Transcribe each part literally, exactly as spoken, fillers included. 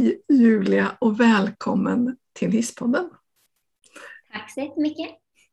Hej Julia och välkommen till Hisspodden. Tack så jättemycket.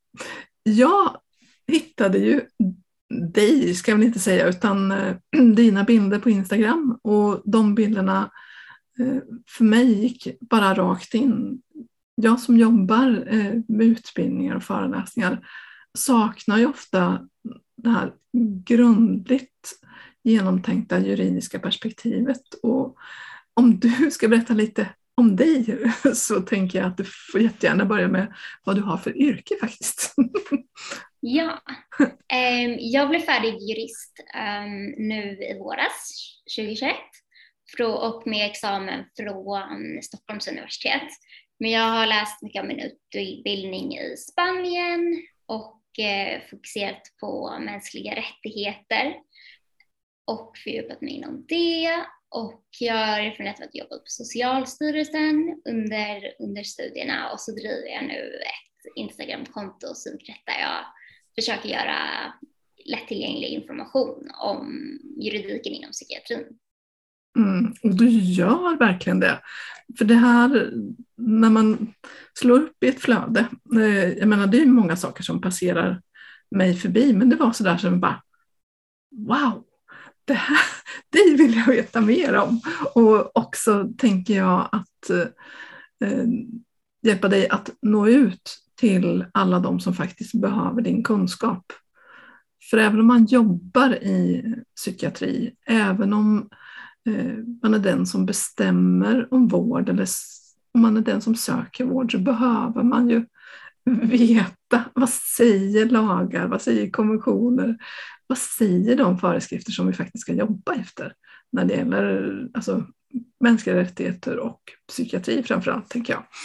Jag hittade ju dig, ska jag väl inte säga, utan eh, dina bilder på Instagram, och de bilderna eh, för mig gick bara rakt in. Jag som jobbar eh, med utbildningar och föreläsningar saknar ju ofta det här grundligt genomtänkta juridiska perspektivet, och om du ska berätta lite om dig så tänker jag att du får jättegärna börja med vad du har för yrke faktiskt. Ja, um, jag blev färdig jurist um, nu i våras tjugohundratjugoett och med examen från Stockholms universitet. Men jag har läst mycket av min utbildning i Spanien och eh, fokuserat på mänskliga rättigheter och fördjupat mig inom det. Och jag har erfarenhet av att jobba på Socialstyrelsen under, under studierna, och så driver jag nu ett Instagramkonto där jag försöker göra lättillgänglig information om juridiken inom psykiatrin. Mm, och du gör verkligen det. För det här, när man slår upp i ett flöde, eh, jag menar det är många saker som passerar mig förbi, men det var sådär som bara, wow, det här, det vill jag veta mer om. Och också tänker jag att eh, hjälpa dig att nå ut till alla de som faktiskt behöver din kunskap. För även om man jobbar i psykiatri, även om eh, man är den som bestämmer om vård, eller om man är den som söker vård, så behöver man ju veta, vad säger lagar, vad säger konventioner, vad säger de föreskrifter som vi faktiskt ska jobba efter när det gäller alltså, mänskliga rättigheter och psykiatri framförallt, tänker jag.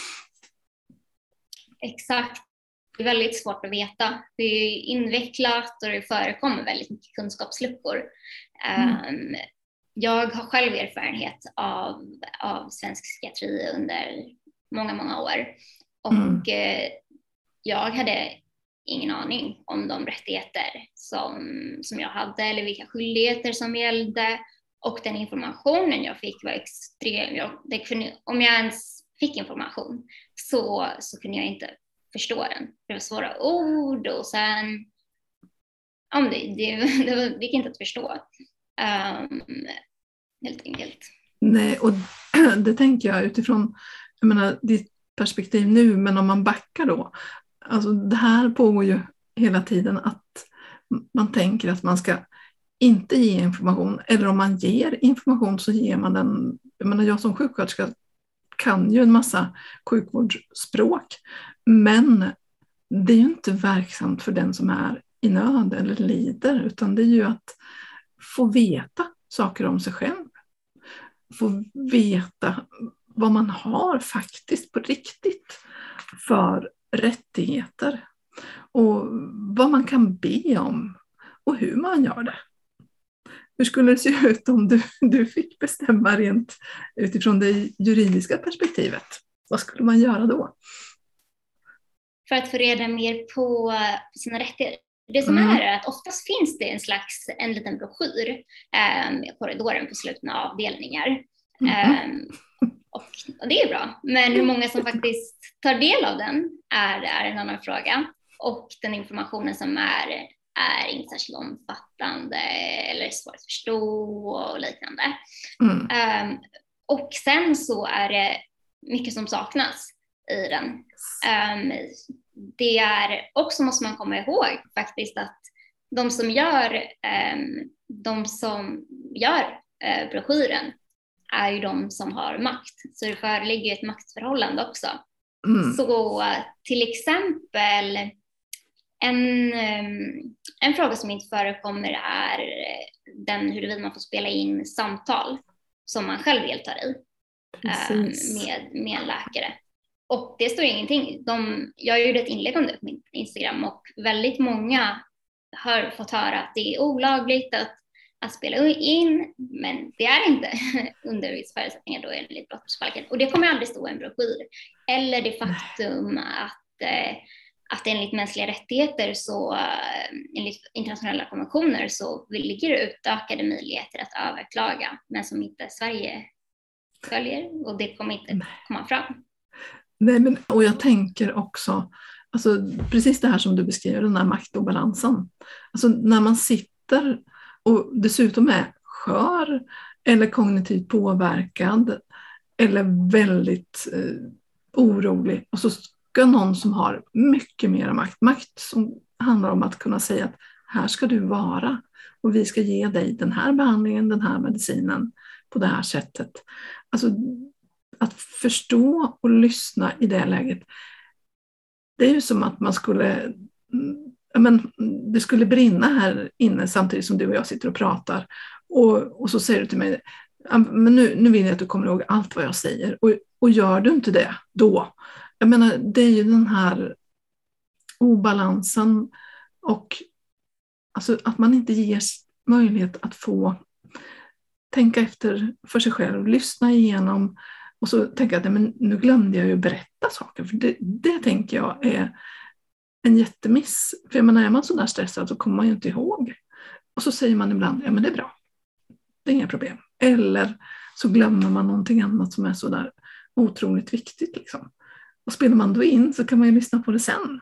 Exakt. Det är väldigt svårt att veta. Det är invecklat och det förekommer väldigt mycket kunskapsluckor. Mm. Um, jag har själv erfarenhet av, av svensk psykiatri under många, många år. Och mm. eh, jag hade ingen aning om de rättigheter som, som jag hade eller vilka skyldigheter som gällde. Och den informationen jag fick var extrem. Jag, det kunde, om jag ens fick information så, så kunde jag inte förstå den. Det var svåra ord och sen ja, det, det, det, det gick inte att förstå. Um, helt enkelt. Nej, och det tänker jag utifrån jag menar, ditt perspektiv nu, men om man backar då. Alltså det här pågår ju hela tiden att man tänker att man ska inte ge information, eller om man ger information så ger man den, jag menar jag som sjuksköterska kan ju en massa sjukvårdsspråk, men det är ju inte verksamt för den som är i nöd eller lider, utan det är ju att få veta saker om sig själv, få veta vad man har faktiskt på riktigt för rättigheter och vad man kan be om och hur man gör det. Hur skulle det se ut om du, du fick bestämma rent utifrån det juridiska perspektivet? Vad skulle man göra då? För att få reda mer på sina rättigheter. Det som mm. är att oftast finns det en slags en liten broschyr um, i korridoren på slutna avdelningar. Mm. Um, och, och det är bra. Men hur många som faktiskt tar del av den är, är en annan fråga. Och den informationen som är är inte särskilt omfattande eller svårt att förstå och liknande. Mm. Um, och sen så är det mycket som saknas i den. Um, det är också, måste man komma ihåg faktiskt, att de som gör, um, de som gör uh, broschyren är ju de som har makt. Så det föreligger ett maktförhållande också. Mm. Så uh, till exempel En, en fråga som inte förekommer är den huruvida man får spela in samtal som man själv deltar i med, med en läkare. Och det står ingenting. De, jag gjorde ett inlägg om det på min Instagram och väldigt många har fått höra att det är olagligt att, att spela in, men det är inte under vissa förutsättningar då enligt brottsbalken. Och det kommer aldrig stå i en broschyr. Eller det faktum att att enligt mänskliga rättigheter så enligt internationella konventioner så ligger det utökade möjligheter att överklaga, men som inte Sverige följer och det kommer inte komma fram. Nej, men, och jag tänker också, alltså, precis det här som du beskriver, den här maktobalansen. Alltså när man sitter och dessutom är skör eller kognitivt påverkad eller väldigt eh, orolig, och så ska någon som har mycket mer makt, makt som handlar om att kunna säga att här ska du vara och vi ska ge dig den här behandlingen, den här medicinen på det här sättet. Alltså att förstå och lyssna i det läget, det är ju som att man skulle, ja, men, det skulle brinna här inne samtidigt som du och jag sitter och pratar, och, och så säger du till mig, men nu, nu vill jag att du kommer ihåg allt vad jag säger, och, och gör du inte det då, jag menar, det är ju den här obalansen och alltså att man inte ges möjlighet att få tänka efter för sig själv, lyssna igenom och så tänka att men nu glömde jag ju berätta saker, för det, det tänker jag är en jättemiss. För jag menar, är man så där stressad så kommer man ju inte ihåg. Och så säger man ibland, ja men det är bra, det är inga problem. Eller så glömmer man någonting annat som är så där otroligt viktigt liksom. Och spelar man då in så kan man ju lyssna på det sen.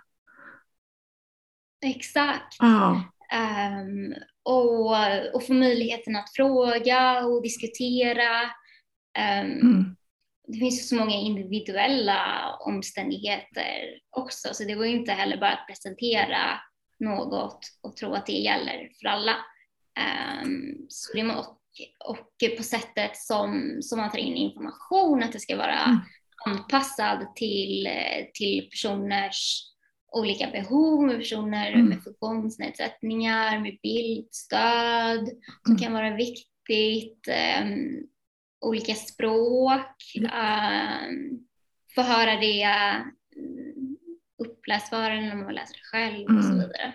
Exakt. Ja. Um, och, och få möjligheten att fråga och diskutera. Um, mm. Det finns ju så många individuella omständigheter också, så det var ju inte heller bara att presentera något och tro att det gäller för alla. Um, så det må, och, och på sättet som, som man tar in information, att det ska vara mm. anpassad till, till personers olika behov, med personer mm. med funktionsnedsättningar, med bildstöd mm. som kan vara viktigt, um, olika språk, um, få höra det um, uppläst för en när man läser det själv och så vidare.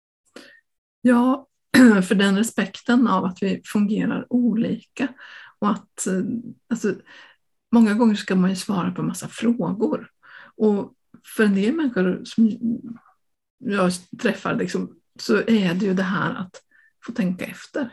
Ja, för den respekten av att vi fungerar olika och att alltså, många gånger ska man ju svara på en massa frågor, och för en del människor som jag träffar liksom, så är det ju det här att få tänka efter.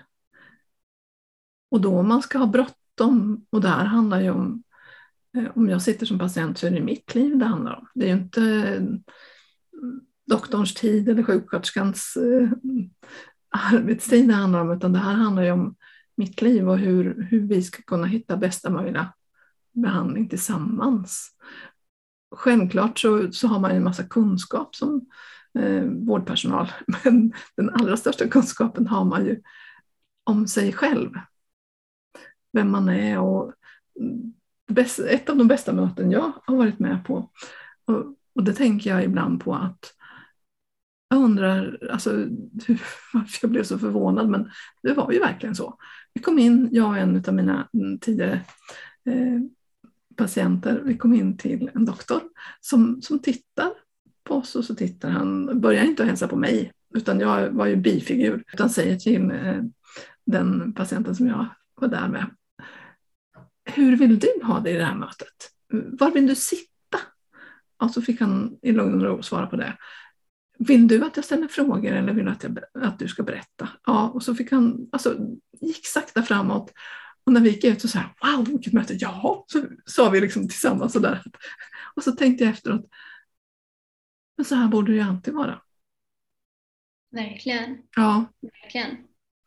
Och då man ska ha bråttom, och det här handlar ju om, om jag sitter som patient så är det mitt liv det handlar om. Det är ju inte doktorns tid eller sjuksköterskans eh, arbetstid det handlar om, utan det här handlar ju om mitt liv och hur, hur vi ska kunna hitta bästa möjliga behandling tillsammans. Självklart så, så har man en massa kunskap som eh, vårdpersonal, men den allra största kunskapen har man ju om sig själv. Vem man är, och bäst, ett av de bästa möten jag har varit med på. Och, och det tänker jag ibland på att jag undrar alltså, hur, varför jag blev så förvånad, men det var ju verkligen så. Vi kom in, jag och en av mina tidigare eh, patienter, vi kom in till en doktor som, som tittar på oss, och så tittar han, börjar inte att hälsa på mig, utan jag var ju bifigur, utan säger till eh, den patienten som jag var där med: hur vill du ha det i det här mötet? Var vill du sitta? Och så fick han i lugn och ro svara på det. Vill du att jag ställer frågor eller vill du att, jag, att du ska berätta? Ja, och så fick han, alltså gick sakta framåt. Och när vi gick ut så sa han, wow, vilket möte, ja, så sa vi liksom tillsammans så där. Och så tänkte jag efteråt, men så här borde det ju alltid vara. Verkligen. Ja. Verkligen.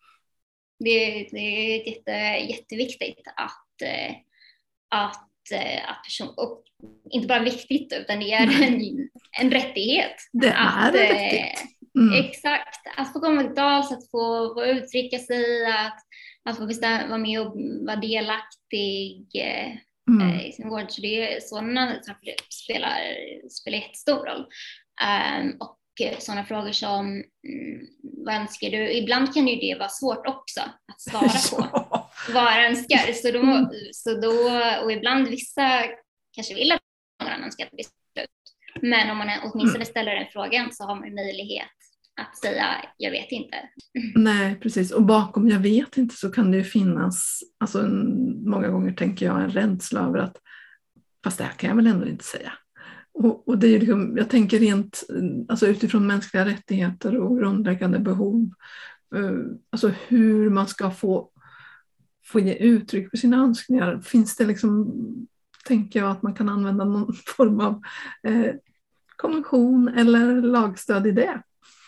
Det, det är jätte, jätteviktigt att, att, att person, och inte bara viktigt, utan det är en, en rättighet. Det är att, en rättighet. Mm. Exakt. Att få komma till tals, att få, få uttrycka sig, att, att få bestämma, vara med och vara delaktig mm. i sin vård. Så det är sådana saker spelar, spelar jättestor roll. Um, och sådana frågor som mm, vad önskar du? Ibland kan ju det vara svårt också att svara på. Vad önskar. Så då, så då, och ibland vissa kanske vill att någon annan ska beslut. Men om man åtminstone ställer den frågan så har man möjlighet att säga jag vet inte. Nej, precis. Och bakom jag vet inte så kan det ju finnas, alltså en, många gånger tänker jag en rädsla över att fast det här kan jag väl ändå inte säga. Och, och det är liksom, jag tänker rent alltså utifrån mänskliga rättigheter och grundläggande behov, alltså hur man ska få få ge uttryck för sina önskningar. Finns det liksom, tänker jag att man kan använda någon form av eh, konvention eller lagstöd i det?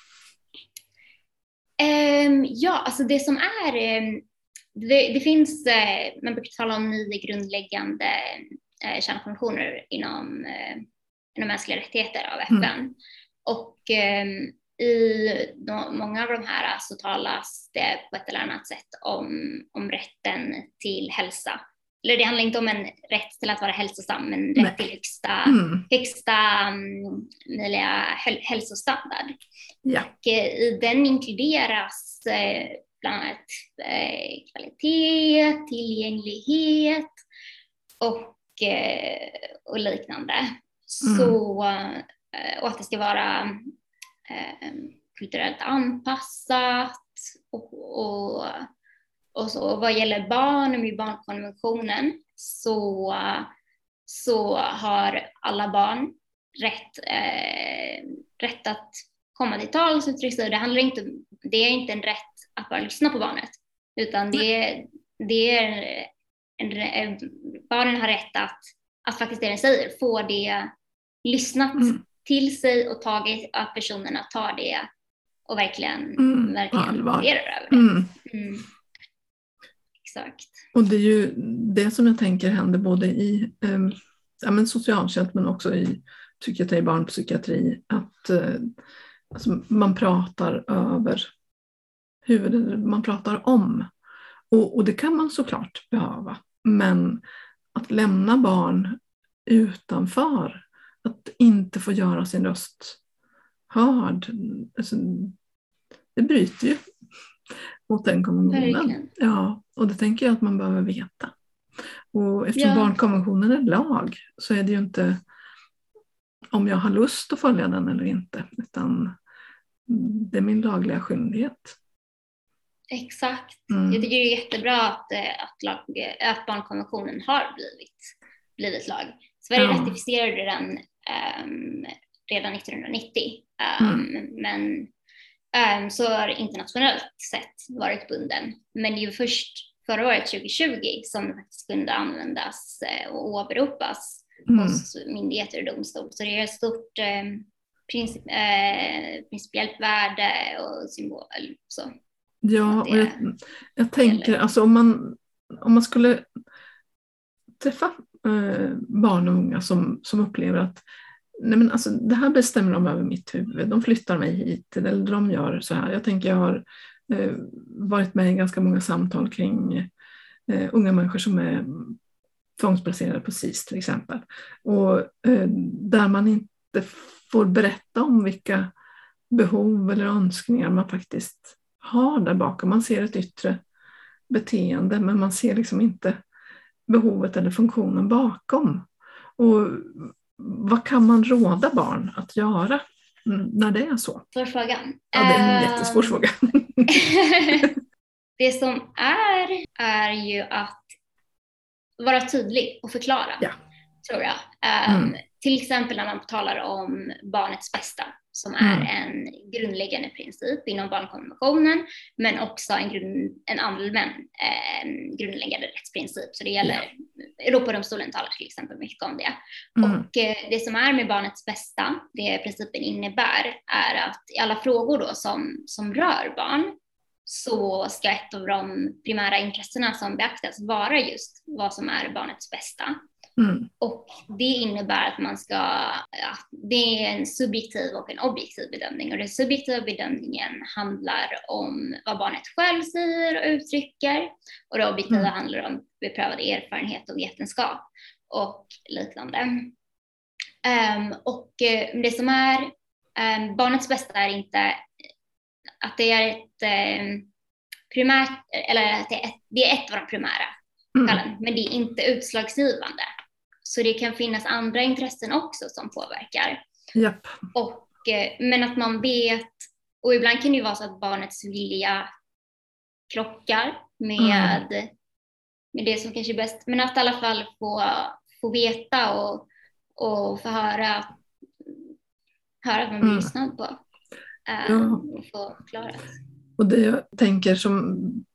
Um, ja, alltså det som är, um, det, det finns, uh, man brukar tala om nio grundläggande uh, kärnkonventioner inom, uh, inom mänskliga rättigheter av F N. Mm. Och um, i de, många av de här så talas det på ett eller annat sätt om, om rätten till hälsa. Eller det handlar inte om en rätt till att vara hälsosam, men rätt Nej. till högsta, mm. högsta um, möjliga hälsostandard. Ja. Och eh, i den inkluderas eh, bland annat eh, kvalitet, tillgänglighet och, eh, och liknande. Mm. Så, eh, och att det ska vara eh, kulturellt anpassat och, och Och så vad gäller barn och med barnkonventionen så, så har alla barn rätt, eh, rätt att komma till tals. Det handlar inte, det är inte en rätt att bara lyssna på barnet, utan det, det är en, en, barnen har rätt att, att faktiskt det den säger, få det lyssnat mm. till sig och tagit, att personerna tar det och verkligen, mm. verkligen funderar över det. Mm. Mm. Exakt. Och det är ju det som jag tänker händer både i eh, ja, men socialtjänst men också i psykiatri, barnpsykiatri, att eh, alltså man pratar över huvudet, man pratar om. Och, och det kan man såklart behöva. Men att lämna barn utanför, att inte få göra sin röst hörd, alltså, det bryter ju mot den konventionen. Ja, och det tänker jag att man behöver veta. Och eftersom ja. barnkonventionen är lag så är det ju inte om jag har lust att följa den eller inte, utan det är min lagliga skyldighet. Exakt. Mm. Jag tycker det är jättebra att, att, lag, att barnkonventionen har blivit, blivit lag. Sverige ja. ratificerade den um, redan nittonhundranittio. Um, mm. Men Um, så har internationellt sett varit bunden. Men det är ju först förra året tjugohundratjugo som det faktiskt kunde användas eh, och åberopas mm. hos myndigheter och domstol. Så det är ett stort eh, princip, eh, principiellt värde och symbol. Så. Ja, och jag, jag tänker, alltså om man, om man skulle träffa eh, barn och unga som, som upplever att nej men alltså, det här bestämmer de över mitt huvud. De flyttar mig hit eller de gör så här. Jag tänker jag har eh, varit med i ganska många samtal kring eh, unga människor som är tvångsplacerade på S I S till exempel. Och eh, där man inte får berätta om vilka behov eller önskningar man faktiskt har där bakom. Man ser ett yttre beteende men man ser liksom inte behovet eller funktionen bakom. Och vad kan man råda barn att göra när det är så? Svår fråga. Ja, det är en jättesvår fråga. Det som är, är ju att vara tydlig och förklara, ja. tror jag. Um, mm. Till exempel när man talar om barnets bästa, som är mm. en grundläggande princip inom barnkonventionen, men också en, grund, en allmän eh, grundläggande rättsprincip. Så det gäller, ja. Europadomstolen talar till exempel mycket om det. Mm. Och eh, det som är med barnets bästa, det principen innebär, är att i alla frågor då som, som rör barn, så ska ett av de primära intressena som beaktas vara just vad som är barnets bästa. Mm. Och det innebär att man ska, ja, det är en subjektiv och en objektiv bedömning, och den subjektiva bedömningen handlar om vad barnet själv säger och uttrycker, och det objektiva mm. handlar om beprövad erfarenhet och vetenskap och liknande. Um, och uh, det som är um, barnets bästa är inte att det är ett um, primärt, eller att det är ett, det är ett av de primära mm. men det är inte utslagsgivande. Så det kan finnas andra intressen också som påverkar. Yep. Och, men att man vet, och ibland kan det ju vara så att barnets vilja krockar med, mm. med det som kanske är bäst. Men att i alla fall få, få veta och, och få höra, höra att man blir mm. lyssnad på. Um, ja. Och få förklarat. Och det jag tänker som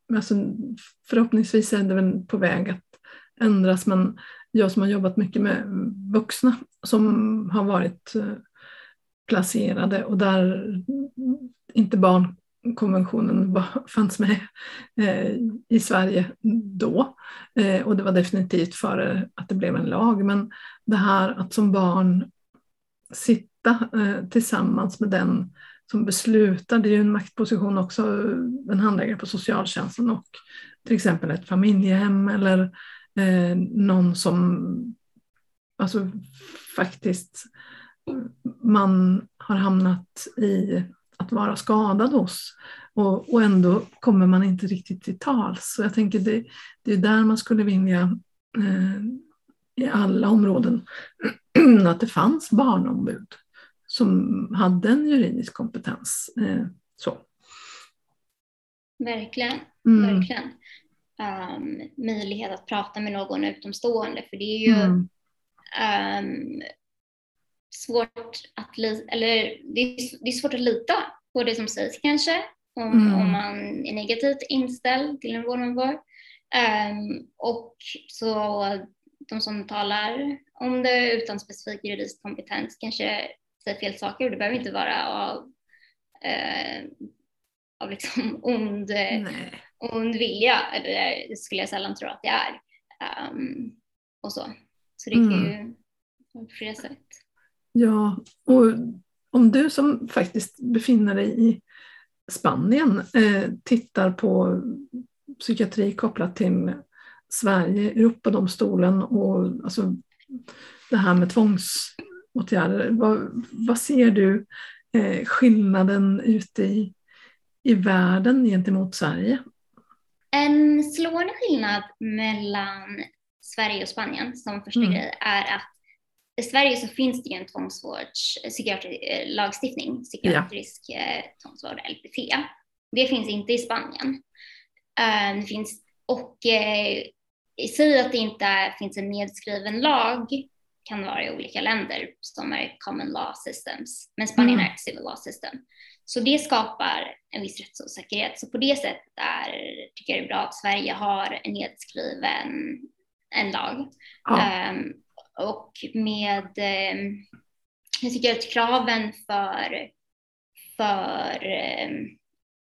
alltså, förhoppningsvis är det väl på väg att ändras, men jag som har jobbat mycket med vuxna som har varit placerade och där inte barnkonventionen var, fanns med eh, i Sverige då, eh, och det var definitivt före att det blev en lag, men det här att som barn sitta eh, tillsammans med den som beslutar, det är ju en maktposition också, en handläggare på socialtjänsten och till exempel ett familjehem eller eh, någon som alltså faktiskt man har hamnat i att vara skadad hos och, och ändå kommer man inte riktigt till tals. Så jag tänker det, det är där man skulle vilja eh, i alla områden att det fanns barnombud som hade en juridisk kompetens. Eh, så. Verkligen, Mm. verkligen. Um, möjlighet att prata med någon utomstående, för det är ju Mm. um, svårt att li- eller det är, det är svårt att lita på det som sägs kanske om, Mm. om man är negativt inställd till en vårdnadshavare. Um, och så de som talar om det utan specifik juridisk kompetens kanske säger fel saker, och det behöver inte vara av, uh, av liksom ond, ond vilja, eller det skulle jag sällan tro att det är. Um, och så. Så det kan Mm. ju på flera sätt. Ja, och om du som faktiskt befinner dig i Spanien eh, tittar på psykiatri kopplat till Sverige, Europadomstolen och alltså det här med tvångsåtgärder, vad, vad ser du eh, skillnaden ute i, i världen gentemot Sverige? En slående skillnad mellan Sverige och Spanien som första Mm. grej är att i Sverige så finns det ju en tvångsvårds psykiatrisk lagstiftning, psykiatrisk ja. tvångsvård, L P T. Det finns inte i Spanien. Uh, det finns, och uh, i sig att det inte finns en nedskriven lag kan vara i olika länder som är common law systems, men Spanien mm. är ett civil law system. Så det skapar en viss rättsosäkerhet. Så på det sättet är, tycker jag det är bra att Sverige har en nedskriven en lag. Ja. Um, och med um, jag tycker att kraven för för um,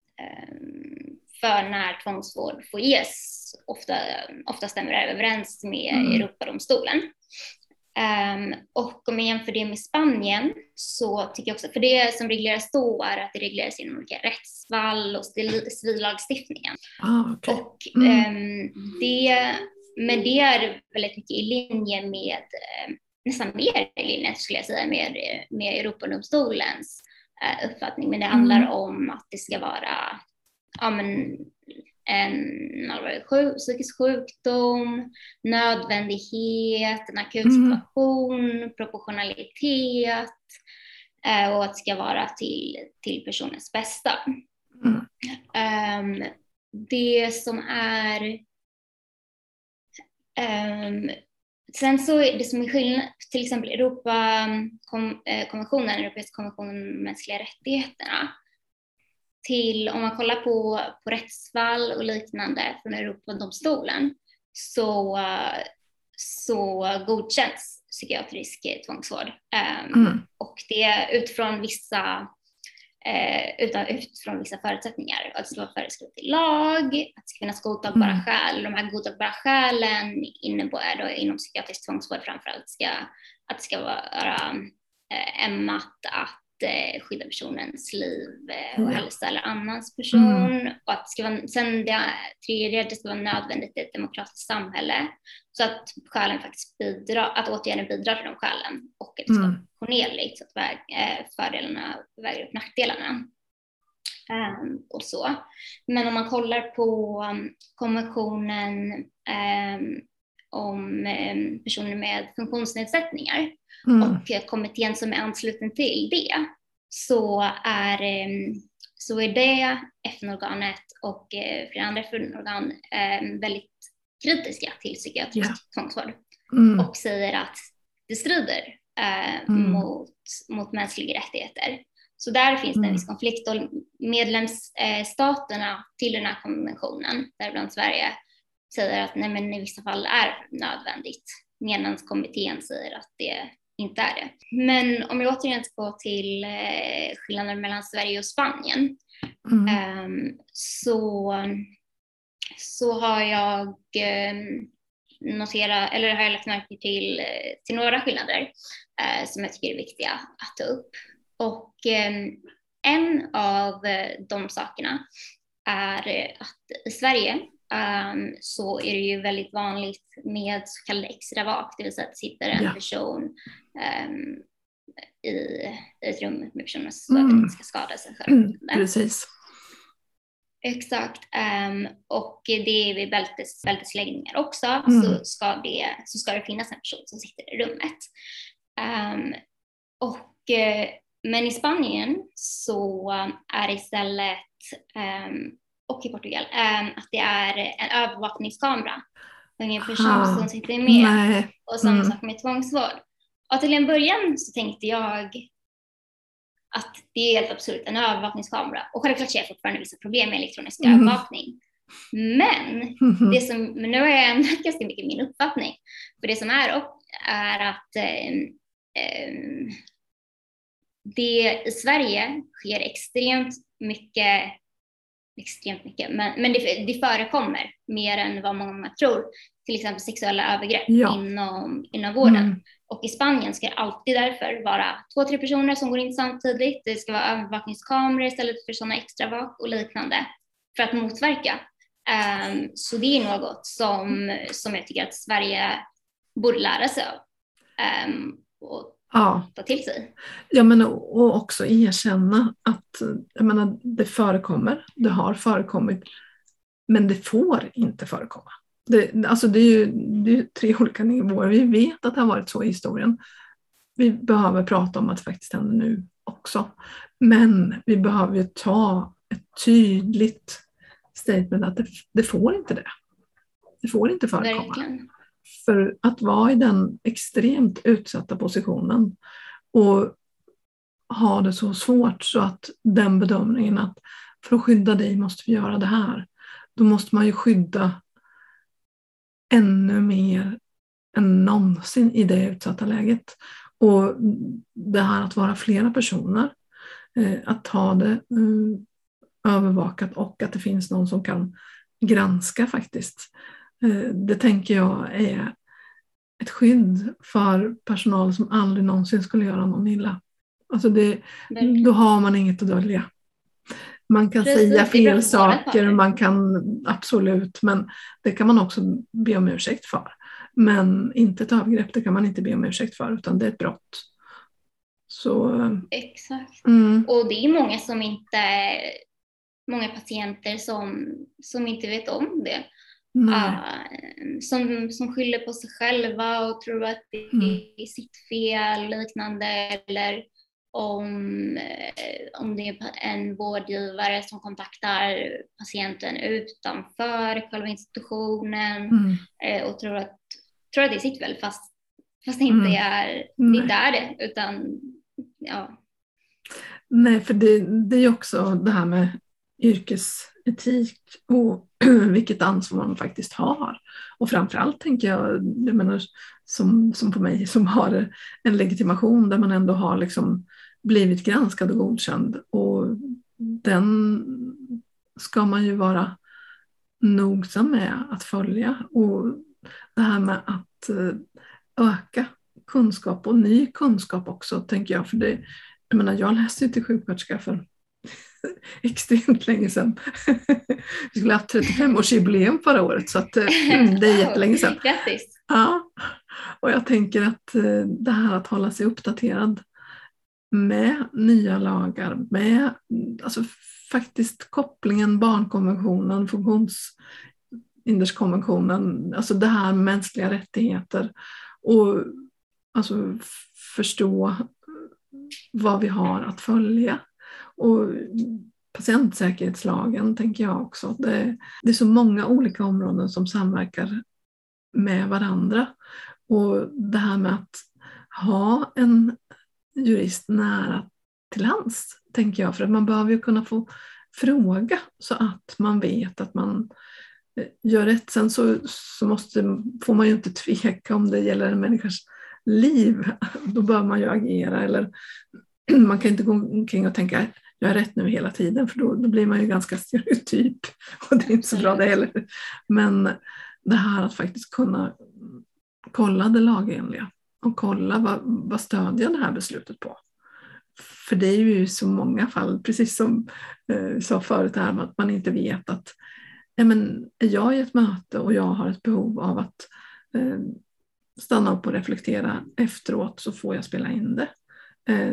för när tvångsvård får ges ofta, ofta stämmer överens med mm. Europadomstolen. Um, och om jag jämför det med Spanien så tycker jag också, för det som regleras då är att det regleras genom olika rättsfall och civillagstiftningen. Ah, okay. Och um, det, men det är väldigt mycket i linje med, um, nästan mer i linje skulle jag säga, med, med Europadomstolens uh, uppfattning. Men det handlar mm. om att det ska vara ja, men, en allvarlig sjuk, psykisk sjukdom, nödvändighet, en akut situation, mm. proportionalitet eh, och att det ska vara till, till personens bästa. Mm. Um, det som är um, sen så är det som är skillnad, till exempel Europakonventionen, Europeiska konventionen om mänskliga rättigheterna, till om man kollar på, på rättsfall och liknande från Europadomstolen så, så godkänns psykiatrisk tvångsvård. Um, mm. Och det utifrån vissa, eh, utan, utifrån vissa förutsättningar. Att det ska vara föreskrivet i lag, att det ska finnas godtagbara mm. skäl. De här godtagbara skälen innebär då inom psykiatrisk tvångsvård framförallt ska, att det ska vara eh, ämnat att skydda personens liv och hälsa eller annans person. Mm. Och att det ska vara, sen det tredje, det ska vara nödvändigt i ett demokratiskt samhälle så att skälen faktiskt bidrar, att åtgärden bidrar till de skälen och att det ska vara mm. proportionerligt så att väg, fördelarna väger upp nackdelarna. Um, och så. Men om man kollar på um, konventionen um, om um, personer med funktionsnedsättningar mm. och kommittén som är ansluten till det så är, så är det F N-organet och flera andra F N-organ väldigt kritiska till psykiatrisk yeah. tvångsvård mm. och säger att det strider mm. mot, mot mänskliga rättigheter. Så där finns det en Mm. viss konflikt, och medlemsstaterna till den här konventionen, däribland Sverige, säger att nej, men i vissa fall är nödvändigt, medan kommittén säger att det inte är det. Men om jag återigen ska gå till eh, skillnaden mellan Sverige och Spanien, Mm. eh, så, så har jag eh, noterat, eller har jag lagt märke till, till några skillnader eh, som jag tycker är viktiga att ta upp. Och eh, en av de sakerna är att i Sverige Um, så är det ju väldigt vanligt med så kallade extra vak, det vill säga att det sitter en Ja. person um, i, i ett rum med personer så Mm. att de inte ska skada sig själva. Mm. Precis. Exakt. Um, och det är vid bältes, bältesläggningar också, Mm. så, ska det, så ska det finnas en person som sitter i rummet. Um, och, men i Spanien så är det istället um, och i Portugal, um, att det är en övervakningskamera och ingen person Ah, som sitter med. nej. Och samma Mm. sak med tvångsvård. Och till en början så tänkte jag att det är helt absurt, en övervakningskamera. Och självklart ser jag fortfarande vissa problem med elektronisk Mm. övervakning. Men, Mm. det som, men nu har jag ändrat ganska mycket min uppfattning. För det som är, är att eh, eh, det i Sverige sker extremt mycket extremt mycket, men, men det, det förekommer mer än vad många tror, till exempel sexuella övergrepp Ja. inom, inom vården. Mm. Och i Spanien ska det alltid därför vara två, tre personer som går in samtidigt. Det ska vara övervakningskameror istället för sådana extra vak och liknande för att motverka. Um, så det är något som, som jag tycker att Sverige borde lära sig av um, och Ja. ta till sig. Ja, men och också erkänna att jag menar, det förekommer, det har förekommit, men det får inte förekomma. Det, alltså det är ju det är tre olika nivåer. Vi vet att det har varit så i historien. Vi behöver prata om att det faktiskt händer nu också. Men vi behöver ju ta ett tydligt statement att det, det får inte det. Det får inte förekomma. Verkligen. För att vara i den extremt utsatta positionen och ha det så svårt så att den bedömningen att för att skydda dig måste vi göra det här. Då måste man ju skydda ännu mer än någonsin i det utsatta läget. Och det här att vara flera personer, att ha det övervakat och att det finns någon som kan granska faktiskt. Det tänker jag är ett skydd för personal som aldrig någonsin skulle göra någon illa. Alltså det, då har man inget att dölja. Man kan Precis, säga fel det saker, man kan absolut, men det kan man också be om ursäkt för. Men inte ett övergrepp, det kan man inte be om ursäkt för, utan det är ett brott. Så, exakt. Mm. Och det är många som inte, många patienter som, som inte vet om det. Uh, som, som skyller på sig själva och tror att det är mm. sitt fel liknande, eller om, om det är en vårdgivare som kontaktar patienten utanför själva institutionen mm. uh, och tror att, tror att det är sitt fel fast, fast det inte är, det inte är det, utan ja. Nej, för det, det är också det här med yrkesetik och vilket ansvar man faktiskt har. Och framförallt tänker jag, jag menar, som, som på mig som har en legitimation där man ändå har liksom blivit granskad och godkänd. Och den ska man ju vara nogsam med att följa. Och det här med att öka kunskap och ny kunskap också, tänker jag. För det, jag menar, jag läste ju till sjuksköterska för extremt länge sedan. Vi skulle ha haft trettiofem-årsjubileum förra året, så att, det är jättelänge sedan. Grattis! Ja, och jag tänker att det här att hålla sig uppdaterad med nya lagar, med alltså faktiskt kopplingen barnkonventionen, funktionshinderskonventionen, alltså det här med mänskliga rättigheter och alltså förstå vad vi har att följa. Och patientsäkerhetslagen tänker jag också. Det, det är så många olika områden som samverkar med varandra. Och det här med att ha en jurist nära till hands, tänker jag. För att man behöver ju kunna få fråga så att man vet att man gör rätt. Sen så, så måste, får man ju inte tveka om det gäller en människas liv. Då bör man ju agera. Eller man kan inte gå omkring och tänka jag är rätt nu hela tiden, för då, då blir man ju ganska stereotyp. Och det är inte så bra det heller. Men det här att faktiskt kunna kolla det lagenliga och kolla vad, vad stödjer det här beslutet på. För det är ju i så många fall, precis som eh, sa förut här, att man inte vet att ja, men är jag i ett möte och jag har ett behov av att eh, stanna upp och reflektera efteråt, så får jag spela in det. Eh,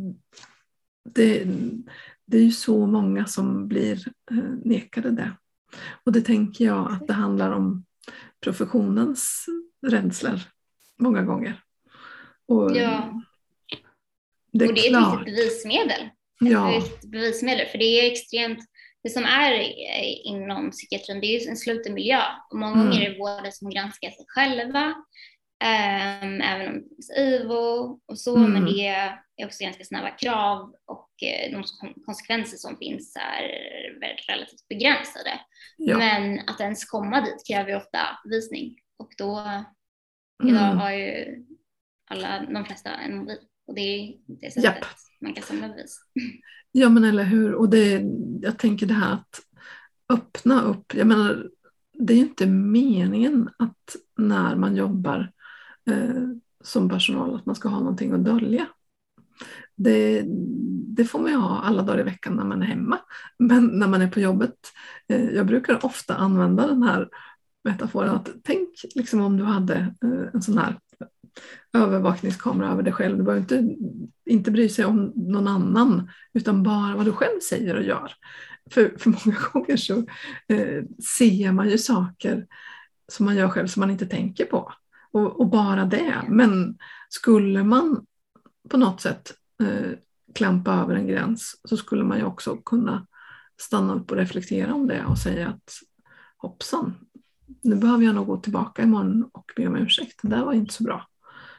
det, det är ju så många som blir eh, nekade det. Och det tänker jag att det handlar om professionens rädslor många gånger. Och, ja. det är, och det är klart. ett viktigt bevismedel. Ja. Ett bevismedel, för det är extremt, det som är inom psykiatrin, det är ju en sluten miljö. Och många Mm. gånger är det vården som granskar sig själva, um, även om det finns I V O och så, Mm. men det är också ganska snabba krav, och uh, de konsekvenser som finns är relativt begränsade. Ja. Men att ens komma dit kräver ju ofta visning, och då Mm. idag har ju alla, de flesta en mobil. Och det är det sättet Japp. man kan samla bevis. Ja, men eller hur. Och det, jag tänker det här att öppna upp. Jag menar, det är ju inte meningen att när man jobbar eh, som personal att man ska ha någonting att dölja. Det, det får man ju ha alla dagar i veckan när man är hemma. Men när man är på jobbet, eh, jag brukar ofta använda den här metaforen att tänk liksom om du hade eh, en sån här övervakningskamera över dig själv. Du behöver inte, inte bry sig om någon annan, utan bara vad du själv säger och gör. För, för många gånger så eh, ser man ju saker som man gör själv som man inte tänker på. Och, och bara det. Men skulle man på något sätt eh, klampa över en gräns, så skulle man ju också kunna stanna upp och reflektera om det och säga att hoppsan, nu behöver jag nog gå tillbaka imorgon och be om ursäkt. Det där var inte så bra.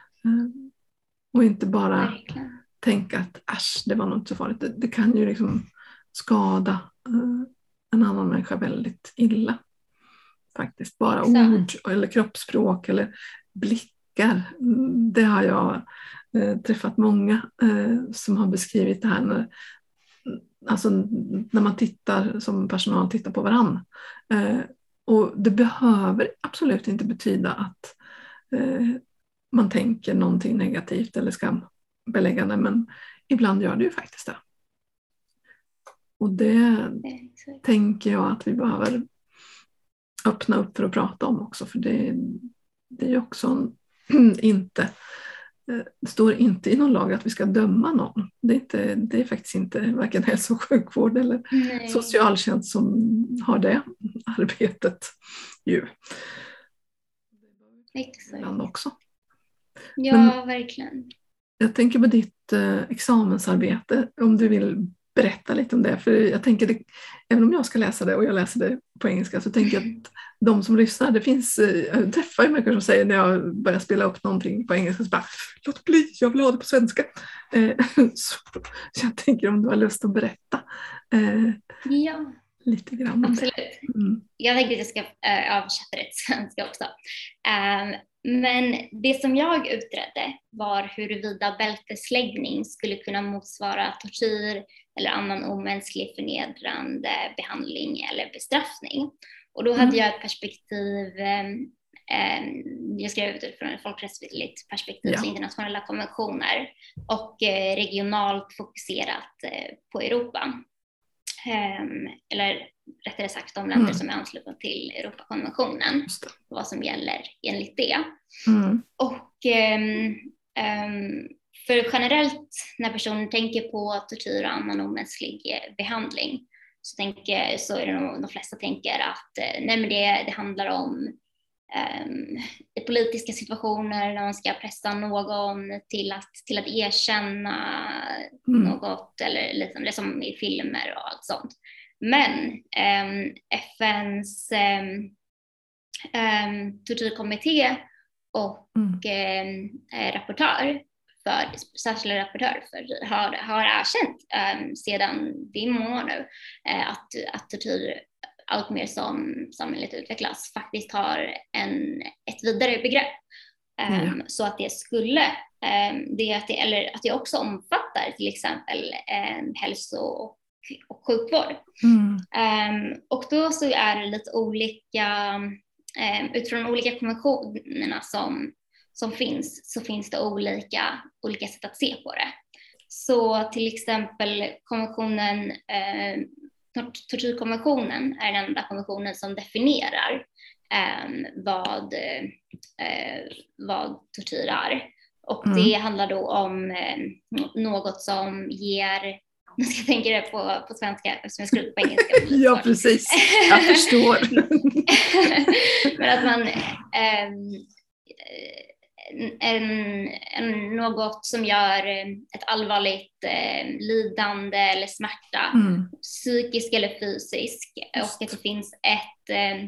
Och inte bara Verkligen. tänka att äsch, det var nog inte så farligt. Det, det kan ju liksom skada uh, en annan människa väldigt illa. Faktiskt. Bara Exakt. ord eller kroppsspråk eller blickar. Det har jag uh, träffat många uh, som har beskrivit det här. När, alltså när man tittar, som personal tittar på varann. Uh, och det behöver absolut inte betyda att uh, man tänker någonting negativt eller skambeläggande, men ibland gör det ju faktiskt det. Och det Exakt. tänker jag att vi behöver öppna upp för att prata om också, för det, det är ju också inte, det står inte i någon lag att vi ska döma någon. Det är, inte, det är faktiskt inte varken hälso- och sjukvård eller Nej. socialtjänst som har det arbetet ju. Exakt. Ibland också. Ja, men verkligen. Jag tänker på ditt eh, examensarbete, om du vill berätta lite om det. För jag tänker, det, även om jag ska läsa det och jag läser det på engelska, så tänker jag att de som lyssnar, det finns, eh, jag träffar ju människor som säger när jag börjar spela upp någonting på engelska, så bara, låt bli, jag vill ha det på svenska. Eh, så, så jag tänker om du har lust att berätta eh, ja. lite grann om Absolut. det. Mm. Jag tänkte att jag ska äh, översätta det till svenska också. Um, Men det som jag utredde var huruvida bältesläggning skulle kunna motsvara tortyr eller annan omänsklig förnedrande behandling eller bestraffning. Och då hade mm. jag ett perspektiv, eh, jag skrev utifrån ett folkrättsligt perspektiv, ja. internationella konventioner och eh, regionalt fokuserat eh, på Europa. Eh, eller rättare sagt de länder mm. som är anslutna till Europakonventionen, vad som gäller enligt det. Mm. Och um, för generellt när personer tänker på tortyr och annan omänsklig behandling, så, tänker, så är det nog, de flesta tänker att nej, men det, det handlar om um, i politiska situationer när man ska pressa någon till att, till att erkänna mm. något, eller liknande, som i filmer och allt sånt. Men um, F N:s um, um, tortyrkommitté och mm. um, rapportör för särskilda rapportör för, har, har erkänt um, sedan, det är många år nu, uh, att, att tortyr allt mer som samhället utvecklas faktiskt har en, ett vidare begrepp. Um, mm. Så att det skulle, um, det att det, eller att det också omfattar till exempel um, hälso- och, och sjukvård. Mm. Um, och då så är det lite olika, um, utifrån olika konventionerna som, som finns, så finns det olika, olika sätt att se på det. Så till exempel konventionen, um, tortyrkonventionen är den enda konventionen som definierar um, vad, uh, vad tortyr är. Och mm. det handlar då om um, något som ger, nu ska jag tänka det på, på svenska eftersom jag skriver på engelska. Ja, precis. Jag förstår. Men att man um, En, en, något som gör ett allvarligt eh, lidande eller smärta, mm. psykisk eller fysisk, och att det finns ett, eh,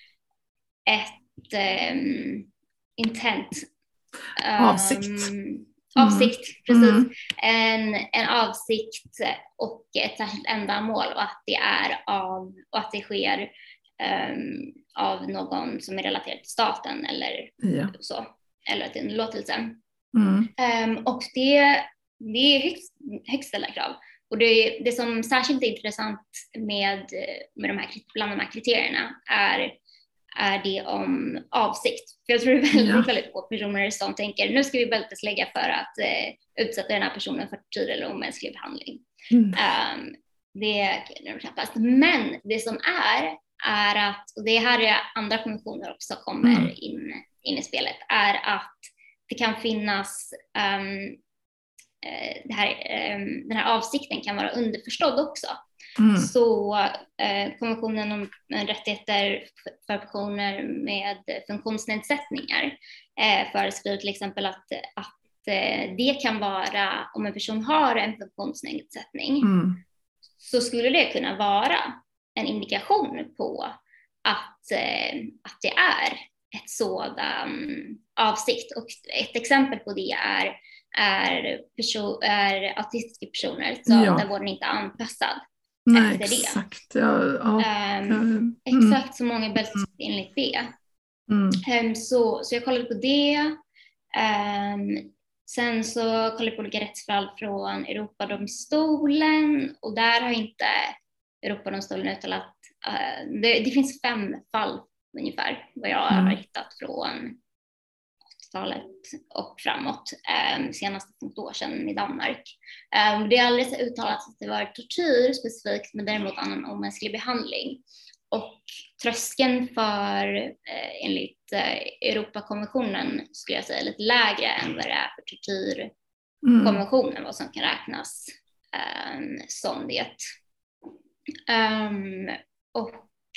ett um, intent. Um, avsikt. Mm. Avsikt, precis. Mm. En, en avsikt och ett särskilt ändamål, och att det är av, och att det sker um, av någon som är relaterad till staten eller ja. så. Eller till en låtelse. Mm. Um, och det, det är högst, högst ställda krav. Och det, det som särskilt är intressant med, med de här, bland de här kriterierna är, är det om avsikt. För jag tror det är väldigt, ja. väldigt få personer som tänker nu ska vi bälteslägga för att eh, utsätta den här personen för tortyr eller omänsklig behandling. Mm. Um, det är det knappast. Men det som är, är att, och det här är andra konventioner också kommer mm. in in i spelet, är att det kan finnas um, det här, um, den här avsikten kan vara underförstådd också. Mm. Så uh, konventionen om rättigheter för personer med funktionsnedsättningar uh, föreskriver till exempel att, att uh, det kan vara, om en person har en funktionsnedsättning mm. så skulle det kunna vara en indikation på att, uh, att det är ett sådan avsikt. Och ett exempel på det är, är, person, är autistiska personer som, ja. där vården inte är anpassad. Nej, efter exakt. det. Ja, ja. Um, mm. Exakt så många bältes enligt det. Mm. Um, så, så jag kollade på det. Um, sen så kollade jag på olika rättsfall från Europadomstolen, och där har inte Europadomstolen uttalat, uh, det, det finns fem fall ungefär vad jag mm. har hittat från åttiotalet och framåt, eh, senast för ett år sedan i Danmark. Eh, det är alldeles uttalat att det var tortyr specifikt, men däremot annan omänsklig behandling. Och tröskeln för, eh, enligt eh, Europakonventionen skulle jag säga, lite lägre än vad det är för tortyrkonventionen, mm. vad som kan räknas eh, som det. Um, och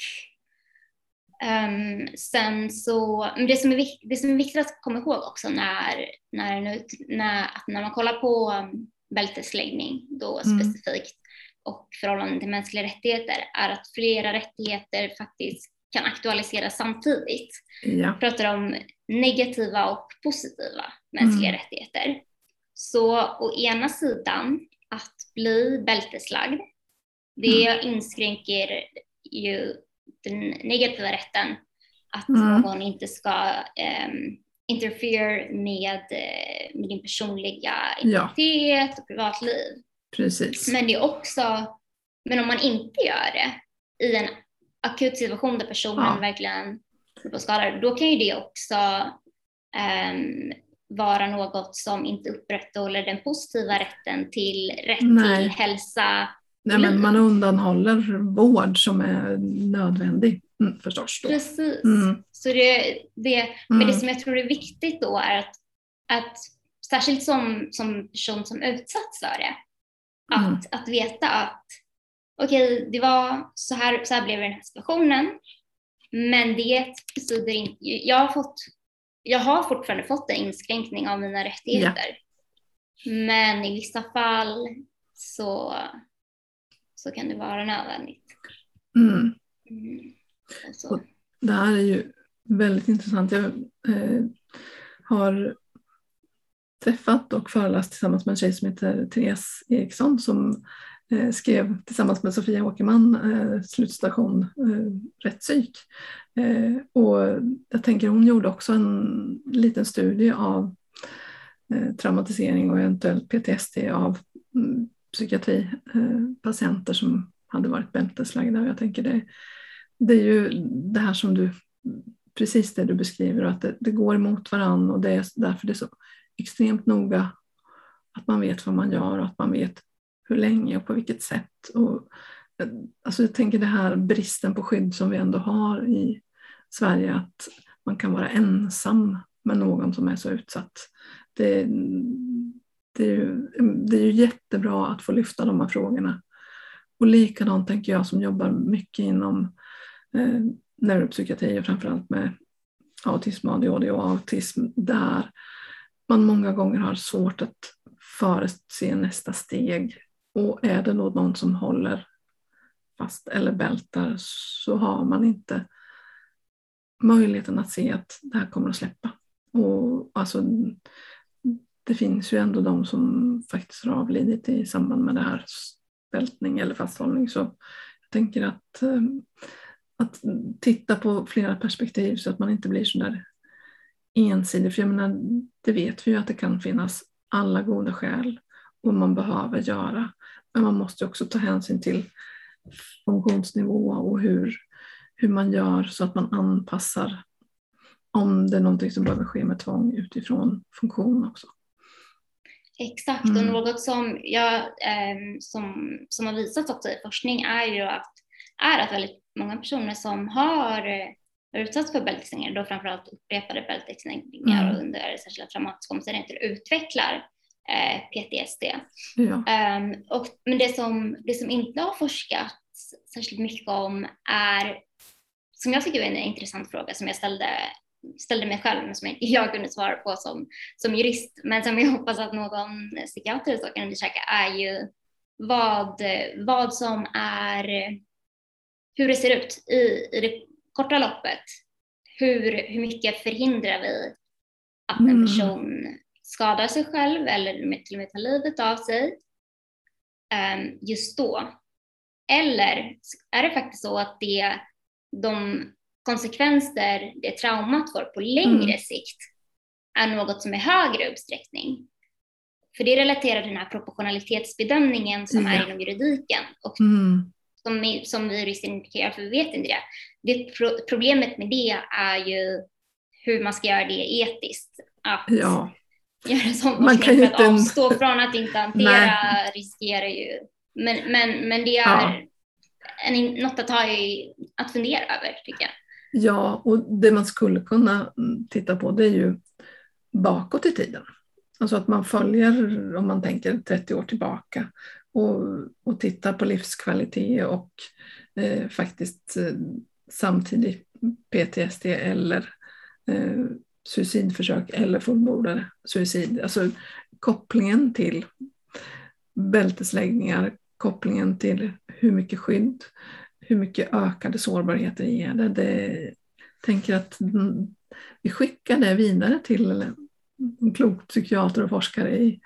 Um, sen så, det som, är vikt, det som är viktigt att komma ihåg också när, när, när, att när man kollar på um, bältesläggning då mm. specifikt och förhållanden till mänskliga rättigheter, är att flera rättigheter faktiskt kan aktualiseras samtidigt. Ja. Vi pratar om negativa och positiva mänskliga mm. rättigheter. Så å ena sidan att bli bälteslagd, det mm. inskränker ju den negativa rätten att mm. någon inte ska um, interfere med, med din personliga identitet ja. och privatliv. Precis. Men det är också, men om man inte gör det i en akut situation där personen ja. verkligen är skadad, då kan ju det också um, vara något som inte upprätthåller den positiva rätten till rätt Nej. till hälsa. Nej, men man undanhåller vård som är nödvändig mm, förstås. Då. Precis. Mm. Så det, det, men mm. det som jag tror är viktigt då är att, att särskilt som, som person som utsatts för det, att, mm. att veta att okej, okay, det var så här, så här blev det i den här situationen, men det betyder inte, jag har fått, jag har fortfarande fått en inskränkning av mina rättigheter, ja. men i vissa fall så så kan det vara nödvändigt. Mm. Mm. Och det här är ju väldigt intressant. Jag eh, har träffat och föreläst tillsammans med en tjej som heter Therese Eriksson som eh, skrev tillsammans med Sofia Åkerman eh, slutstation eh, rättspsyk. Eh, och jag tänker hon gjorde också en liten studie av eh, traumatisering och eventuellt P T S D av mm, psykiatripatienter eh, som hade varit bälteslagda. Och jag tänker det, det är ju det här som du, precis det du beskriver, att det, det går emot varann och det är därför det är så extremt noga att man vet vad man gör och att man vet hur länge och på vilket sätt. Och, alltså jag tänker det här bristen på skydd som vi ändå har i Sverige, att man kan vara ensam med någon som är så utsatt. Det, det, är, ju, det är ju jättebra att få lyfta de här frågorna. Och likadant tänker jag som jobbar mycket inom eh, neuropsykiatri och framförallt med autism, A D H D och autism, där man många gånger har svårt att förutse nästa steg. Och är det någon som håller fast eller bältar så har man inte möjligheten att se att det här kommer att släppa. Och alltså, det finns ju ändå de som faktiskt har avlidit i samband med det här bältning eller fasthållning. Så jag tänker att, att titta på flera perspektiv så att man inte blir så där ensidig. För jag menar, det vet vi ju att det kan finnas alla goda skäl och man behöver göra. Men man måste också ta hänsyn till funktionsnivå och hur, hur man gör så att man anpassar om det är någonting som behöver ske med tvång utifrån funktion också. Exakt, och mm. något som, jag, eh, som, som har visats också i forskning är ju att, är att väldigt många personer som har utsatts för bältesläggningar, då framförallt upprepade bältesläggningar mm. under särskilda traumatiska omständigheter utvecklar eh, P T S D. Ja. Um, och, men det som, det som inte har forskats särskilt mycket om är, som jag tycker är en intressant fråga som jag ställde, ställde mig själv, men som jag kunde svara på som, som jurist, men som jag hoppas att någon psykiater så kan undersöka, är ju vad, vad som är, hur det ser ut i, i det korta loppet. Hur, hur mycket förhindrar vi att en person skadar sig själv eller till och med tar livet av sig um, just då? Eller är det faktiskt så att det, de konsekvenser det traumat får på längre mm. sikt är något som är högre utsträckning? För det relaterar till den här proportionalitetsbedömningen som ja. är inom juridiken och mm. som, som vi jurister indikerar, för vi vet inte det. det. Problemet med det är ju hur man ska göra det etiskt. Att ja. göra sån man kan ju inte att avstå från att inte hantera riskerar ju. Men, men, men det är ja. en, något att, ha i, att fundera över, tycker jag. Ja, och det man skulle kunna titta på, det är ju bakåt i tiden. Alltså att man följer, om man tänker trettio år tillbaka, och, och tittar på livskvalitet och eh, faktiskt eh, samtidigt P T S D eller eh, suicidförsök eller fullbordade suicid. Alltså kopplingen till bältesläggningar, kopplingen till hur mycket skydd, hur mycket ökade sårbarheter ger det. det tänker att vi skickar det vidare till en klok psykiater och forskare i,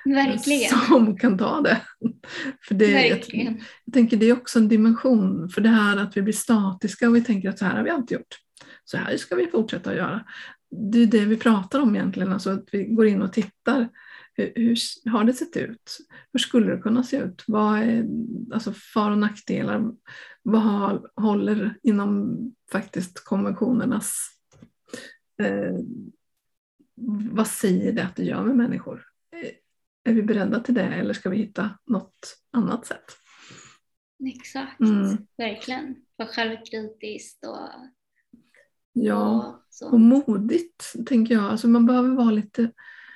som kan ta det. För det jag, jag tänker det är också en dimension för det här att vi blir statiska och vi tänker att så här har vi alltid gjort. Så här ska vi fortsätta att göra. Det är det vi pratar om egentligen, alltså att vi går in och tittar. Hur, hur har det sett ut? Hur skulle det kunna se ut? Vad är alltså för- och nackdelar? Vad har, håller inom faktiskt konventionernas eh, vad säger det att det gör med människor? Är vi beredda till det eller ska vi hitta något annat sätt? Exakt, mm. verkligen. Var självkritiskt och ja, och, och modigt tänker jag. Alltså man behöver vara lite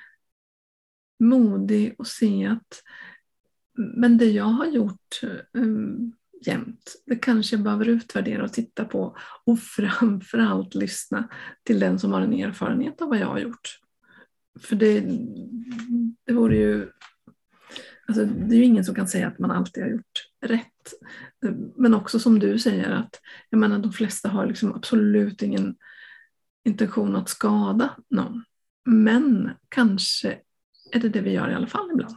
modig och se att men det jag har gjort um, jämt, det kanske jag behöver utvärdera och titta på och framförallt lyssna till den som har en erfarenhet av vad jag har gjort. För det, det vore ju alltså det är ju ingen som kan säga att man alltid har gjort rätt. Men också som du säger att jag menar de flesta har liksom absolut ingen intention att skada någon. Men kanske är det det vi gör i alla fall ibland.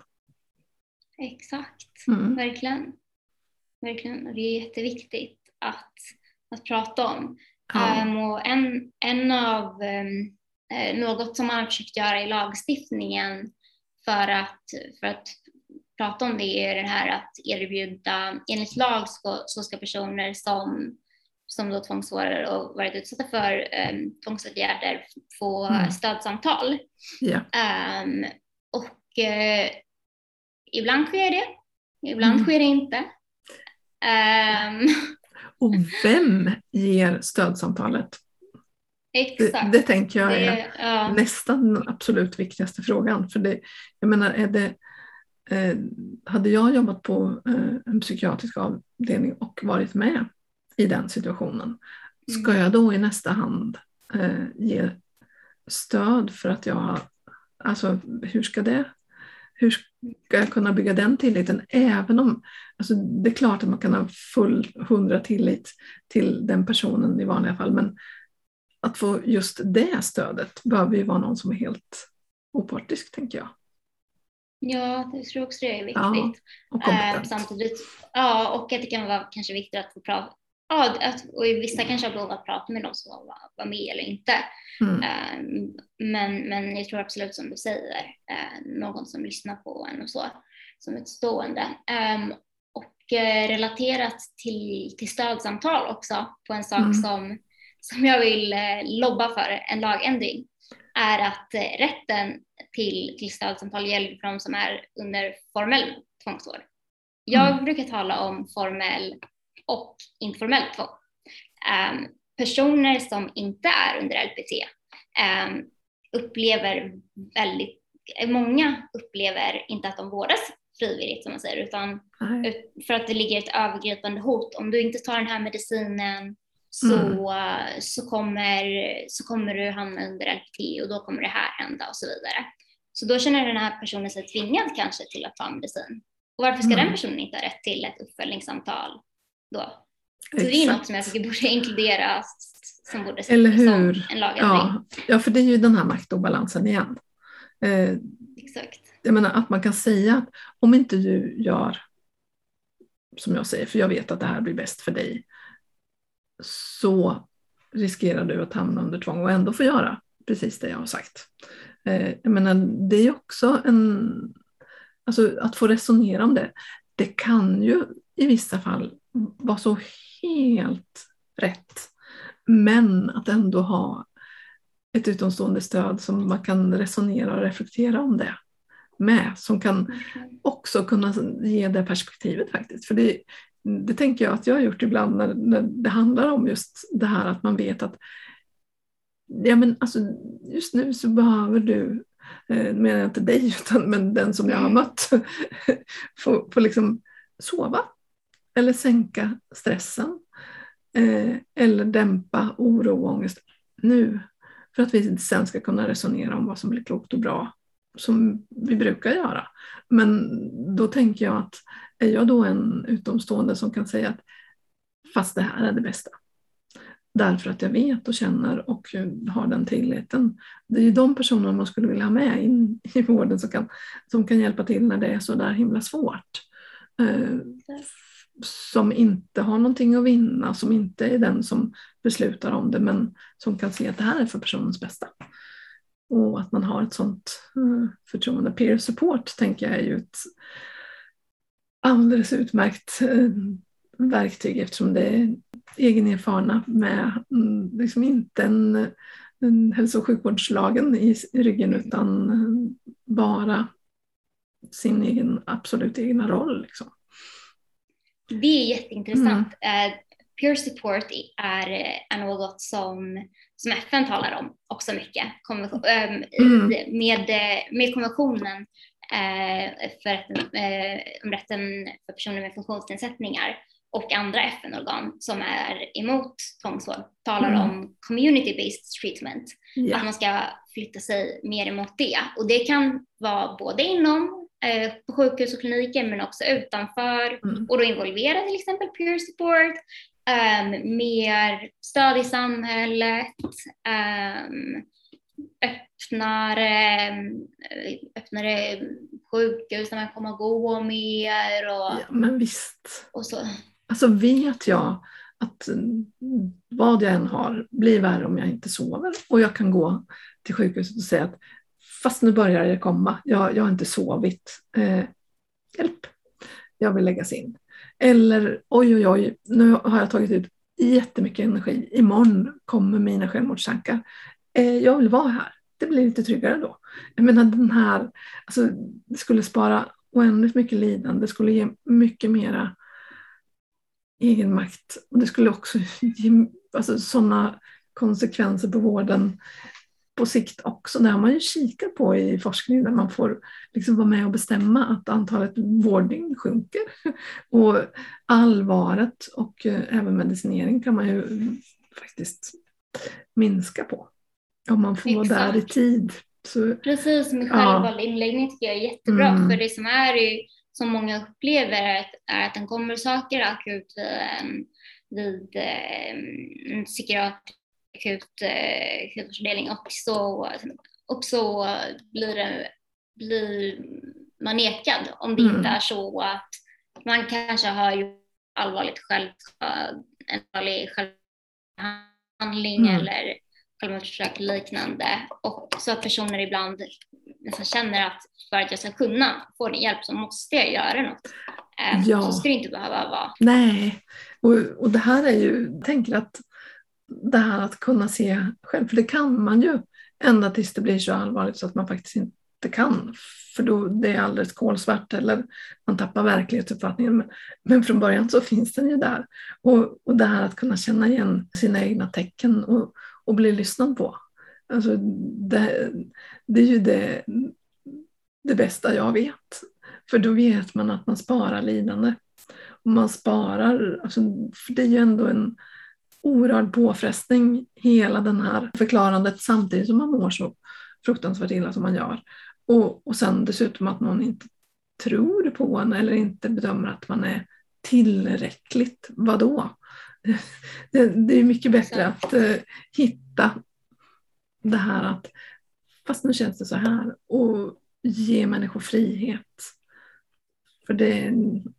Exakt, Mm. verkligen. Verkligen. Och det är jätteviktigt att, att prata om. Ja. Um, och en, en av um, eh, något som man har försökt göra i lagstiftningen för att, för att prata om det är det här att erbjuda, enligt lag ska, så ska personer som, som då tvångsvårdar och varit utsatta för um, tvångsåtgärder få Mm. stödsamtal. Ja. Um, och uh, ibland sker det, ibland Mm. sker det inte. Um, Och vem ger stödsamtalet? exakt. Det, det tänker jag är det, ja. nästan den absolut viktigaste frågan. För det, jag menar, är det, eh, hade jag jobbat på eh, en psykiatrisk avdelning och varit med i den situationen, ska Mm. jag då i nästa hand eh, ge stöd för att jag, alltså hur ska det, hur ska jag kunna bygga den tilliten, även om, alltså det är klart att man kan ha full hundra tillit till den personen i vanliga fall, men att få just det stödet behöver ju vara någon som är helt opartisk, tänker jag. Ja, jag tror också det är viktigt. Ja, och kompetent. Eh, samtidigt, ja, och att det kan vara kanske viktigt att få prata, ja, att, och vissa kanske har behov att prata med någon som var, var med eller inte. Mm. Eh, men, men jag tror absolut som du säger, eh, någon som lyssnar på en och så, som ett stående. Eh, och eh, relaterat till, till stödsamtal också, på en sak Mm. som, som jag vill eh, lobba för, en lagändring, är att eh, rätten till, till stödsamtal gäller för de som är under formell tvångsvård. Jag Mm. brukar tala om formell och informell tvång. Um, personer som inte är under L P T um, upplever väldigt, många upplever inte att de vårdas frivilligt som man säger, utan Nej. för att det ligger ett övergripande hot. Om du inte tar den här medicinen så, mm. så, kommer, så kommer du hamna under L P T och då kommer det här hända och så vidare. Så då känner den här personen sig tvingad kanske till att ta medicin. Och varför ska mm. den personen inte ha rätt till ett uppföljningssamtal då? Så Exakt. Det är något som jag tycker borde inkluderas, som borde Eller hur? Som en lagändring. Ja. ja, för det är ju den här maktobalansen igen. Eh, Exakt. Jag menar att man kan säga att om inte du gör som jag säger, för jag vet att det här blir bäst för dig, så riskerar du att hamna under tvång och ändå få göra precis det jag har sagt. Eh, jag menar, det är också en, alltså att få resonera om det, det kan ju i vissa fall vara så helt rätt, men att ändå ha ett utomstående stöd som man kan resonera och reflektera om det med, som kan också kunna ge det perspektivet faktiskt. För det, det tänker jag att jag har gjort ibland när, när det handlar om just det här att man vet att ja, men alltså, just nu så behöver du, eh, menar jag inte dig utan men den som jag har mött, få, få liksom sova eller sänka stressen eh, eller dämpa oro och ångest nu, för att vi sen ska kunna resonera om vad som blir klokt och bra, som vi brukar göra. Men då tänker jag att är jag då en utomstående som kan säga att fast det här är det bästa, därför att jag vet och känner och har den tilliten. Det är ju de personerna man skulle vilja ha med in i vården som kan, som kan hjälpa till när det är så där himla svårt. Eh, som inte har någonting att vinna, som inte är den som beslutar om det, men som kan se att det här är för personens bästa. Och att man har ett sånt uh, förtroende. Peer support tänker jag är ju ett alldeles utmärkt uh, verktyg, eftersom det är egenerfarna med um, liksom inte en, en hälso- och sjukvårdslagen i, i ryggen, utan uh, bara sin egen, absolut egna roll. Liksom. Det är jätteintressant. Mm. Uh, peer support är, är något som, som F N talar om också mycket. Konvention, um, mm. i, med, med konventionen uh, för rätten, uh, om rätten för personer med funktionsnedsättningar och andra F N-organ som är emot tvångsvård talar mm. om community-based treatment. Ja. Att man ska flytta sig mer emot det. Och det kan vara både inom på sjukhus och kliniker men också utanför mm. och då involvera till exempel peer support, um, mer stöd i samhället, um, öppnare, öppnare sjukhus där man kommer gå mer och, Ja, men visst. och så. Alltså vet jag att vad jag än har blir värre om jag inte sover. Och jag kan gå till sjukhuset och säga att fast nu börjar det komma, jag, jag har inte sovit. Eh, hjälp, jag vill läggas in. Eller oj oj oj, nu har jag tagit ut jättemycket energi. Imorgon kommer mina självmordstankar. Eh, jag vill vara här. Det blir lite tryggare då. Jag menar den här, alltså det skulle spara oändligt mycket lidande. Det skulle ge mycket mera egenmakt. Och det skulle också ge alltså, sådana konsekvenser på vården på sikt också. Det har man ju kikat på i forskning där man får liksom vara med och bestämma att antalet vårddygn sjunker. Och allvaret och eh, även medicinering kan man ju faktiskt minska på. Om man får vara där i tid. Så, precis, med självvald ja. inläggning tycker jag är jättebra. Mm. För det som är ju, som många upplever är att, är att den kommer saker akut vid, vid en psykiatrisk akut sjukvårdsavdelning och så, och så blir, det, blir man nekad om det mm. inte är så att man kanske har gjort allvarligt själv, en allvarlig självhandling mm. eller självmordsförsök liknande, och så att personer ibland nästan känner att för att jag ska kunna få den hjälp så måste jag göra något. Ja. Så ska det inte behöva vara. Nej, och, och det här är ju, jag tänker att det här att kunna se själv, för det kan man ju ända tills det blir så allvarligt så att man faktiskt inte kan, för då det är alldeles kolsvart eller man tappar verklighetsuppfattningen, men, men från början så finns den ju där, och, och det här att kunna känna igen sina egna tecken och, och bli lyssnad på, alltså det, det är ju det, det bästa jag vet, för då vet man att man sparar lidande och man sparar, alltså, för det är ju ändå en oerhörd påfrestning hela den här förklarandet samtidigt som man mår så fruktansvärt illa som man gör. Och, och sen dessutom att någon inte tror på en eller inte bedömer att man är tillräckligt. Vadå? Det, det är mycket bättre att uh, hitta det här att fast nu känns det så här och ge människor frihet. För det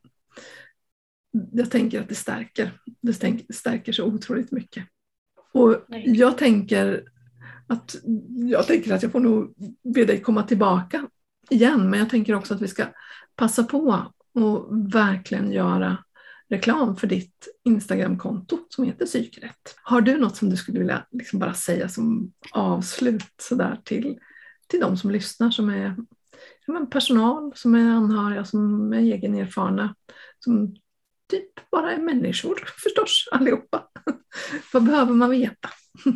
jag tänker att det stärker. Det stärker så otroligt mycket. Och jag tänker att jag tänker att jag får nog be dig komma tillbaka igen. Men jag tänker också att vi ska passa på och verkligen göra reklam för ditt Instagram-konto som heter Psykrätt. Har du något som du skulle vilja liksom bara säga som avslut så där till, till de som lyssnar, som är som personal, som är anhöriga, som är egenerfarna, som typ bara är människor förstås allihopa. Vad behöver man veta?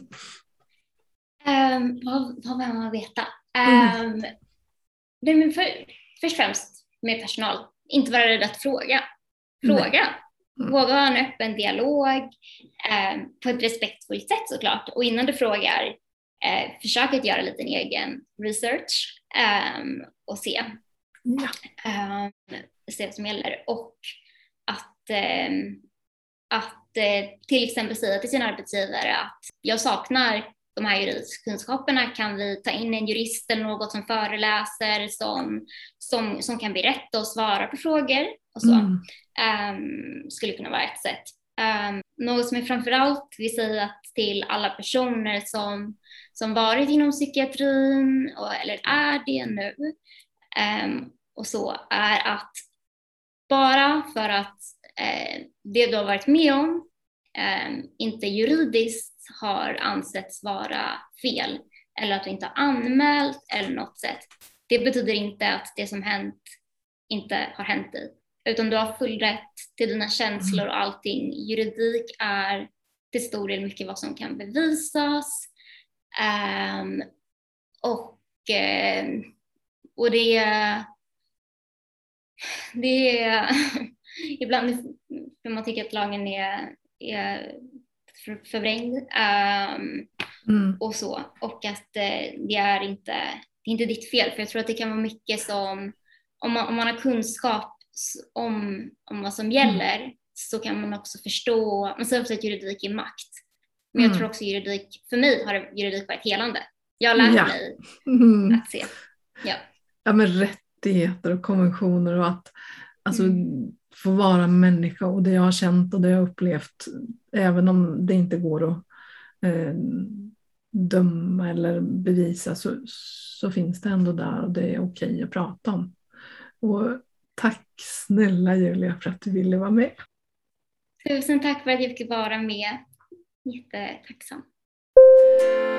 Um, vad, vad behöver man veta? Um, mm. det, men för, först och främst med personal, inte vara rädd att fråga. Fråga. Mm. Våga ha en öppen dialog um, på ett respektfullt sätt såklart. Och innan du frågar, uh, försök att göra lite egen research um, och se. Ja. Um, se vad som gäller. Och att, eh, att eh, till exempel säga till sin arbetsgivare att jag saknar de här juridiska kunskaperna, kan vi ta in en jurist eller något som föreläser som, som, som kan berätta och svara på frågor och så. Mm. Um, skulle kunna vara ett sätt. Um, något som är framförallt vill säga till alla personer som, som varit inom psykiatrin och, eller är det nu um, och så, är att bara för att eh, det du har varit med om eh, inte juridiskt har ansetts vara fel eller att du inte har anmält eller något sätt, det betyder inte att det som hänt inte har hänt dig, utan du har full rätt till dina känslor och allting. Juridik är till stor del mycket vad som kan bevisas um, och, um, och det det är ibland för man tycker att lagen är, är för, förvrängd um, mm. och så, och att uh, det är inte det är inte ditt fel, för jag tror att det kan vara mycket som om man, om man har kunskap om, om vad som gäller mm. så kan man också förstå, man säger också att juridik är makt, men mm. jag tror också juridik, för mig har juridik varit helande, jag har lärt Ja. mig Mm. att se. Ja. Ja, men rättigheter och konventioner och att alltså, Mm. få vara människa och det jag har känt och det jag har upplevt, även om det inte går att eh, döma eller bevisa, så, så finns det ändå där och det är okej att prata om. Och tack snälla Julia för att du ville vara med. Tusen tack för att jag fick vara med. Jättetacksam.